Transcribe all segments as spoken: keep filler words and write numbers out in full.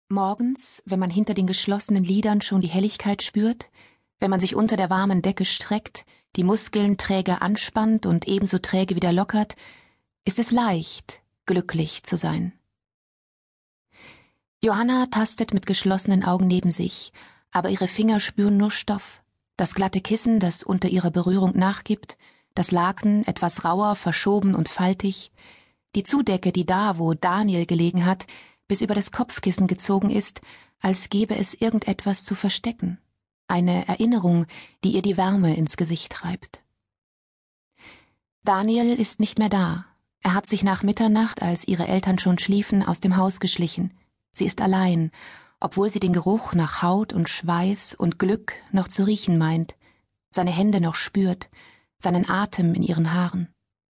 Morgens, wenn man hinter den geschlossenen Lidern schon die Helligkeit spürt, wenn man sich unter der warmen Decke streckt, die Muskeln träge anspannt und ebenso träge wieder lockert, ist es leicht, glücklich zu sein. Johanna tastet mit geschlossenen Augen neben sich, aber ihre Finger spüren nur Stoff, das glatte Kissen, das unter ihrer Berührung nachgibt, das Laken, etwas rauer, verschoben und faltig, die Zudecke, die da, wo Daniel gelegen hat, bis über das Kopfkissen gezogen ist, als gäbe es irgendetwas zu verstecken, eine Erinnerung, die ihr die Wärme ins Gesicht treibt. Daniel ist nicht mehr da. Er hat sich nach Mitternacht, als ihre Eltern schon schliefen, aus dem Haus geschlichen. Sie ist allein, obwohl sie den Geruch nach Haut und Schweiß und Glück noch zu riechen meint, seine Hände noch spürt, seinen Atem in ihren Haaren.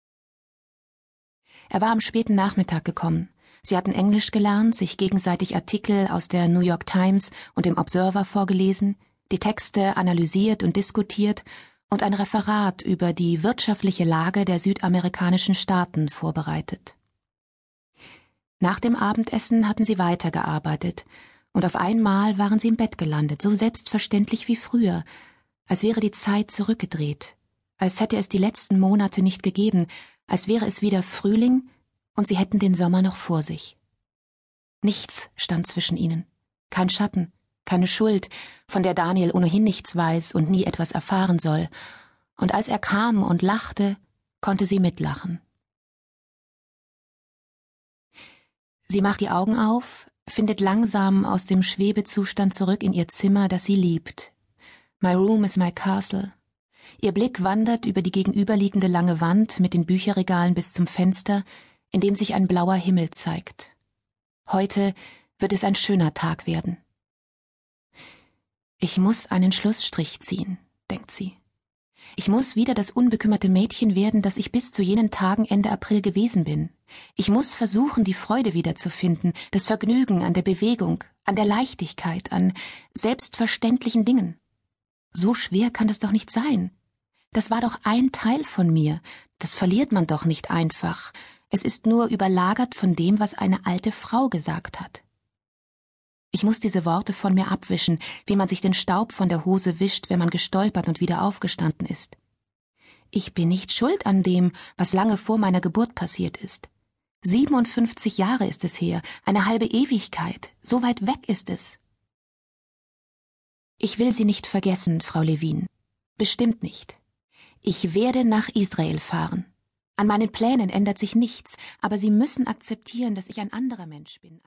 Er war am späten Nachmittag gekommen. Sie hatten Englisch gelernt, sich gegenseitig Artikel aus der New York Times und dem Observer vorgelesen, die Texte analysiert und diskutiert und ein Referat über die wirtschaftliche Lage der südamerikanischen Staaten vorbereitet. Nach dem Abendessen hatten sie weitergearbeitet, und auf einmal waren sie im Bett gelandet, so selbstverständlich wie früher, als wäre die Zeit zurückgedreht, als hätte es die letzten Monate nicht gegeben, als wäre es wieder Frühling und sie hätten den Sommer noch vor sich. Nichts stand zwischen ihnen, kein Schatten, keine Schuld, von der Daniel ohnehin nichts weiß und nie etwas erfahren soll, und als er kam und lachte, konnte sie mitlachen. Sie macht die Augen auf, findet langsam aus dem Schwebezustand zurück in ihr Zimmer, das sie liebt. My room is my castle. Ihr Blick wandert über die gegenüberliegende lange Wand mit den Bücherregalen bis zum Fenster, in dem sich ein blauer Himmel zeigt. Heute wird es ein schöner Tag werden. Ich muss einen Schlussstrich ziehen, denkt sie. Ich muss wieder das unbekümmerte Mädchen werden, das ich bis zu jenen Tagen Ende April gewesen bin. Ich muss versuchen, die Freude wiederzufinden, das Vergnügen an der Bewegung, an der Leichtigkeit, an selbstverständlichen Dingen. So schwer kann das doch nicht sein. Das war doch ein Teil von mir, das verliert man doch nicht einfach. Es ist nur überlagert von dem, was eine alte Frau gesagt hat. Ich muss diese Worte von mir abwischen, wie man sich den Staub von der Hose wischt, wenn man gestolpert und wieder aufgestanden ist. Ich bin nicht schuld an dem, was lange vor meiner Geburt passiert ist. Siebenundfünfzig Jahre ist es her, eine halbe Ewigkeit, so weit weg ist es. Ich will Sie nicht vergessen, Frau Levin. Bestimmt nicht. Ich werde nach Israel fahren. An meinen Plänen ändert sich nichts, aber Sie müssen akzeptieren, dass ich ein anderer Mensch bin.